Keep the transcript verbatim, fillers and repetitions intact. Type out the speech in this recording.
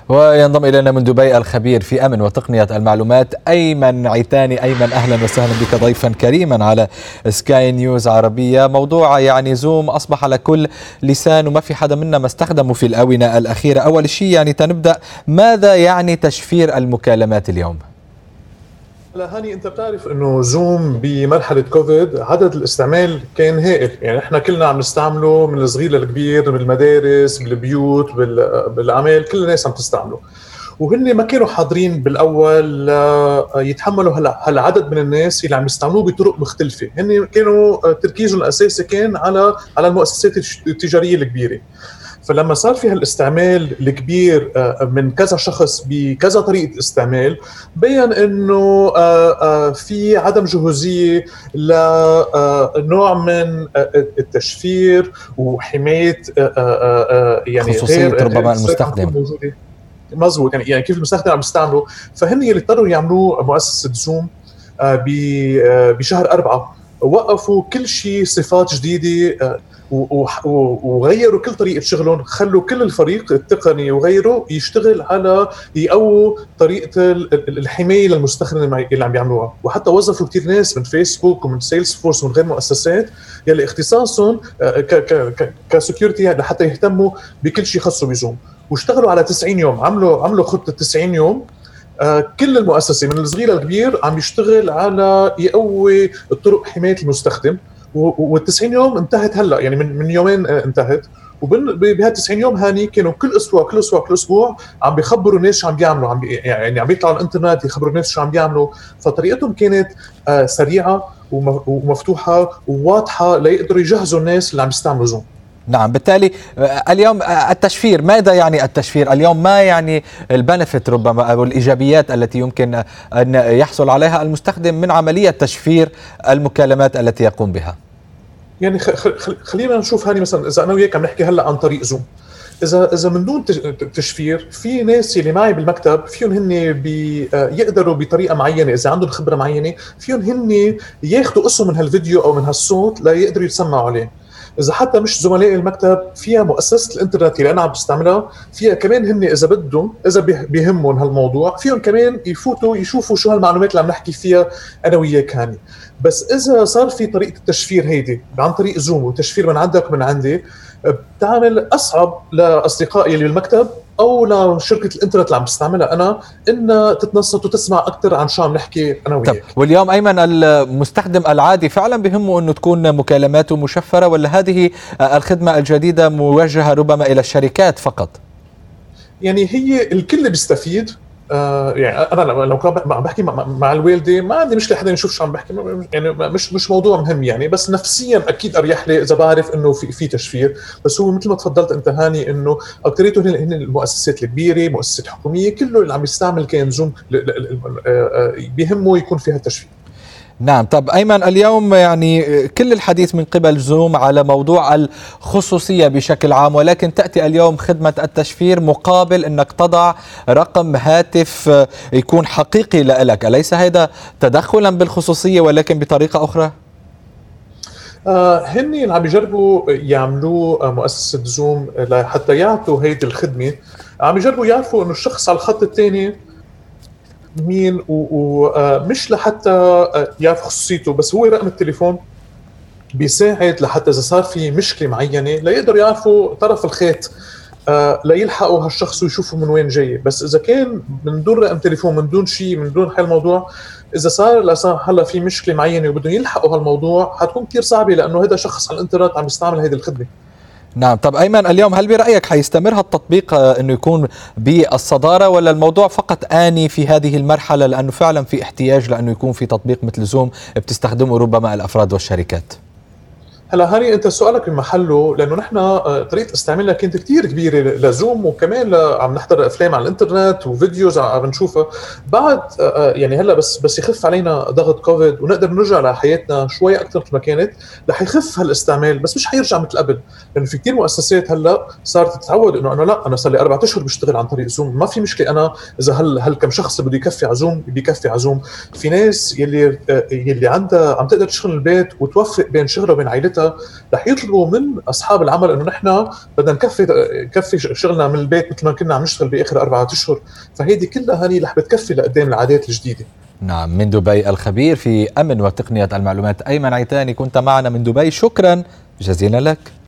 وينضم إلينا من دبي الخبير في أمن وتقنية المعلومات أيمن عيتاني. أيمن، أهلا وسهلا بك ضيفا كريما على سكاي نيوز عربية. موضوع يعني زوم أصبح على كل لسان وما في حدا منا ما استخدمه في الآونة الأخيرة. أول شيء يعني تنبدأ، ماذا يعني تشفير المكالمات اليوم؟ لا هاني، انت بتعرف انه زوم بمرحله كوفيد عدد الاستعمال كان هائل، يعني احنا كلنا عم نستعمله من الصغير للكبير، بالمدارس، بالبيوت، بالاعمال، كل الناس عم تستعمله. وهن ما كانوا حاضرين بالاول يتحملوا هالعدد من الناس اللي عم يستعملوه بطرق مختلفه. هن كانوا تركيزهم الاساسي كان على على المؤسسات التجاريه الكبيره. فلما صار في هالاستعمال الكبير من كذا شخص بكذا طريقة استعمال، بين انه في عدم جهوزية لنوع من التشفير وحماية يعني خصوصية ربما المستخدم. مظبوط، يعني كيف المستخدم عم يستعمله. فهن اللي اضطروا يعملوه مؤسسة زوم بشهر أربعة، وقفوا كل شيء صفات جديدة وغيروا كل طريقة شغلهم، خلوا كل الفريق التقني وغيره يشتغل على يقووا طريقة الحماية للمستخدم اللي عم يعملوها. وحتى وظفوا كتير ناس من فيسبوك ومن سيلز فورس ومن غير مؤسسات يلي اختصاصهم كسكيورتي لحتى يهتموا بكل شيء خاصه بزوم. واشتغلوا على تسعين يوم، عملوا عملوا خطة تسعين يوم. كل المؤسسة من الصغير للكبير عم يشتغل على يقوي الطرق حماية المستخدم. والتسعين يوم انتهت هلا، يعني من من يومين انتهت. وبهال تسعين يوم هاني كانوا كل اسبوع كل اسبوع كل اسبوع عم بيخبروا الناس شو عم بيعملوا، عم بي يعني عم بيطلعوا على الانترنت يخبروا الناس شو عم بيعملوا. فطريقتهم كانت سريعه ومفتوحه وواضحه ليقدروا يجهزوا الناس اللي عم يستعملوا زوم. نعم، بالتالي اليوم التشفير، ماذا يعني التشفير اليوم؟ ما يعني البنفيت ربما أو الإيجابيات التي يمكن أن يحصل عليها المستخدم من عملية تشفير المكالمات التي يقوم بها؟ يعني خلينا نشوف هاني، مثلا إذا أنا وياك عم نحكي هلأ عن طريق زوم، إذا إذا من دون تشفير، في ناس اللي معي بالمكتب فيهم هن بيقدروا بطريقة معينة، إذا عندهم خبرة معينة فيهم هن ياخدوا قسم من هالفيديو أو من هالصوت لا يقدروا يتسمعوا عليه. إذا حتى مش زملاء المكتب، فيها مؤسسة الإنترنت اللي أنا عم بستعملها، فيها كمان هن إذا بدهم، إذا بيهمهم هالموضوع، فيهم كمان يفوتوا يشوفوا شو هالمعلومات اللي عم نحكي فيها أنا وياك هاني. بس إذا صار في طريقة التشفير هيدي عن طريق زوم وتشفير من عندك من عندي، بتعمل أصعب لأصدقائي اللي بالمكتب أو لشركة الإنترنت اللي عم بستعملها أنا إنها تتنصت وتسمع أكثر عن شو عم نحكي أنا وياك. واليوم أيمن، المستخدم العادي فعلا بهمه أنه تكون مكالماته مشفرة، ولا هذه الخدمة الجديدة موجهة ربما إلى الشركات فقط؟ يعني هي الكل بيستفيد. آه يعني انا لو كنت عم بحكي مع, مع الوالده ما عندي مشكله حدا يشوف شو عم بحكي، يعني مش مش موضوع مهم يعني. بس نفسيا اكيد اريح لي اذا بعرف انه في في تشفير. بس هو مثل ما تفضلت انت هاني، انه اكثريته هن المؤسسات الكبيره، مؤسسات حكوميه، كله اللي عم يستعمل كان زوم بيهمه يكون فيها تشفير. نعم. طب أيمن، اليوم يعني كل الحديث من قبل زوم على موضوع الخصوصية بشكل عام، ولكن تأتي اليوم خدمة التشفير مقابل أنك تضع رقم هاتف يكون حقيقي لك. أليس هذا تدخلا بالخصوصية ولكن بطريقة أخرى؟ آه هن اللي عم يجربوا يعملوه مؤسسة زوم حتى يعطوا هيدي الخدمة، عم يجربوا يعرفوا أنه الشخص على الخط الثاني مين، ومش لحتى يعرف خصوصيته، بس هو رقم التليفون بيساعد لحتى إذا صار في مشكلة معينة لا يقدروا يعرفوا طرف الخيط، لا يلحقوا هالشخص ويشوفوا من وين جاي. بس إذا كان من دون رقم تليفون، من دون شيء، من دون هالموضوع، إذا صار هلا في مشكلة معينة وبدهم يلحقوا هالموضوع، حتكون كتير صعبة لأنه هذا شخص على الإنترنت عم يستعمل هذه الخدمة. نعم. طب أيمن، اليوم هل برأيك حيستمر هالتطبيق أنه يكون بالصدارة، ولا الموضوع فقط آني في هذه المرحلة لأنه فعلا في احتياج لأنه يكون في تطبيق مثل زوم بتستخدمه ربما الأفراد والشركات؟ هلا هاني، انت سؤالك بمحله، لانه نحن طريقه استعمالنا كانت كتير كبيره لزوم، وكمان عم نحضر افلام على الانترنت وفيديوز عم نشوفها بعد. يعني هلا بس بس يخف علينا ضغط كوفيد ونقدر نرجع لحياتنا شوي اكثر مثل ما كانت، رح يخف هالاستعمال، بس مش حيرجع مثل قبل. لانه في كتير مؤسسات هلا صارت تتعود انه انا لا، انا صار لي اربعة اشهر بشتغل عن طريق زوم، ما في مشكله. انا اذا هل هل كم شخص بده يكفي على زوم بيكفي على زوم. في ناس يلي يلي عندها عم تقدر تشتغل من البيت وتوفق بين شغلها وبين عائلتها ساعتها رح يطلبوا من اصحاب العمل انه نحن بدنا نكفي نكفي شغلنا من البيت مثل ما كنا عم نشتغل باخر اربعة اشهر. فهيدي كلها هني رح بتكفي لقدام العادات الجديده. نعم، من دبي الخبير في أمن وتقنية المعلومات أيمن عيتاني كنت معنا من دبي، شكرا جزيلا لك.